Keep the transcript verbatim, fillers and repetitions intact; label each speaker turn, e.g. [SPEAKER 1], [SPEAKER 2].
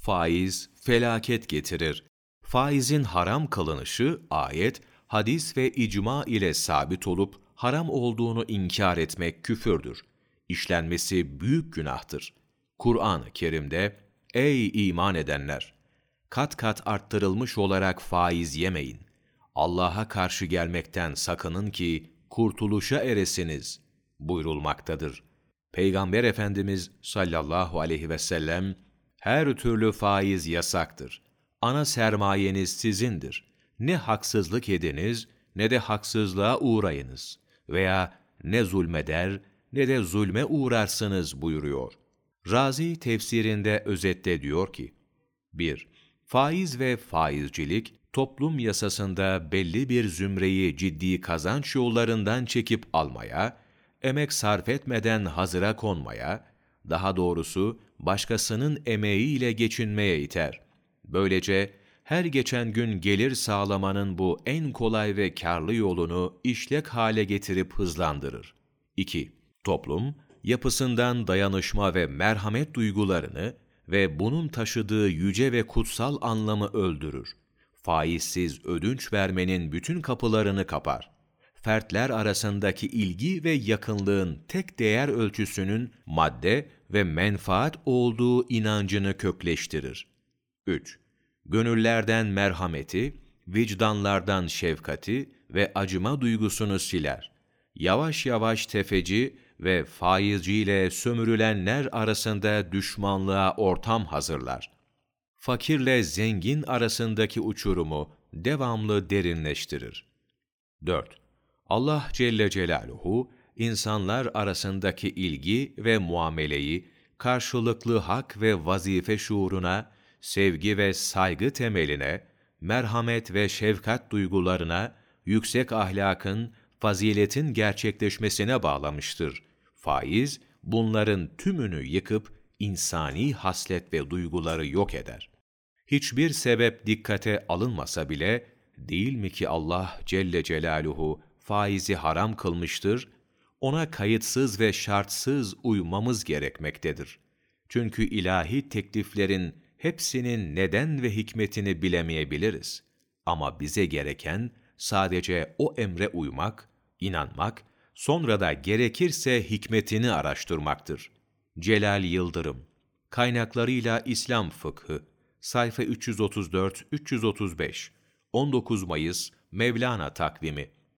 [SPEAKER 1] Faiz felaket getirir. Faizin haram kılınışı ayet, hadis ve icma ile sabit olup haram olduğunu inkar etmek küfürdür. İşlenmesi büyük günahtır. Kur'an-ı Kerim'de ey iman edenler! Kat kat arttırılmış olarak faiz yemeyin. Allah'a karşı gelmekten sakının ki kurtuluşa eresiniz buyurulmaktadır. Peygamber Efendimiz sallallahu aleyhi ve sellem, her türlü faiz yasaktır. Ana sermayeniz sizindir. Ne haksızlık ediniz, ne de haksızlığa uğrayınız veya ne zulmeder, ne de zulme uğrarsınız buyuruyor. Razi tefsirinde özetle diyor ki, bir Faiz ve faizcilik, toplum yasasında belli bir zümreyi ciddi kazanç yollarından çekip almaya, emek sarf etmeden hazıra konmaya, daha doğrusu başkasının emeğiyle geçinmeye iter. Böylece her geçen gün gelir sağlamanın bu en kolay ve kârlı yolunu işlek hale getirip hızlandırır. iki Toplum, yapısından dayanışma ve merhamet duygularını ve bunun taşıdığı yüce ve kutsal anlamı öldürür. Faizsiz ödünç vermenin bütün kapılarını kapar. Fertler arasındaki ilgi ve yakınlığın tek değer ölçüsünün madde ve menfaat olduğu inancını kökleştirir. üç Gönüllerden merhameti, vicdanlardan şefkati ve acıma duygusunu siler. Yavaş yavaş tefeci ve faizciyle sömürülenler arasında düşmanlığa ortam hazırlar. Fakirle zengin arasındaki uçurumu devamlı derinleştirir. dört Allah Celle Celaluhu, insanlar arasındaki ilgi ve muameleyi, karşılıklı hak ve vazife şuuruna, sevgi ve saygı temeline, merhamet ve şefkat duygularına, yüksek ahlakın, faziletin gerçekleşmesine bağlamıştır. Faiz, bunların tümünü yıkıp, insani haslet ve duyguları yok eder. Hiçbir sebep dikkate alınmasa bile, değil mi ki Allah Celle Celaluhu faizi haram kılmıştır, ona kayıtsız ve şartsız uymamız gerekmektedir. Çünkü ilahi tekliflerin hepsinin neden ve hikmetini bilemeyebiliriz. Ama bize gereken sadece o emre uymak, inanmak, sonra da gerekirse hikmetini araştırmaktır. Celal Yıldırım, kaynaklarıyla İslam Fıkhı, sayfa üç yüz otuz dört üç yüz otuz beş, on dokuz Mayıs Mevlana takvimi.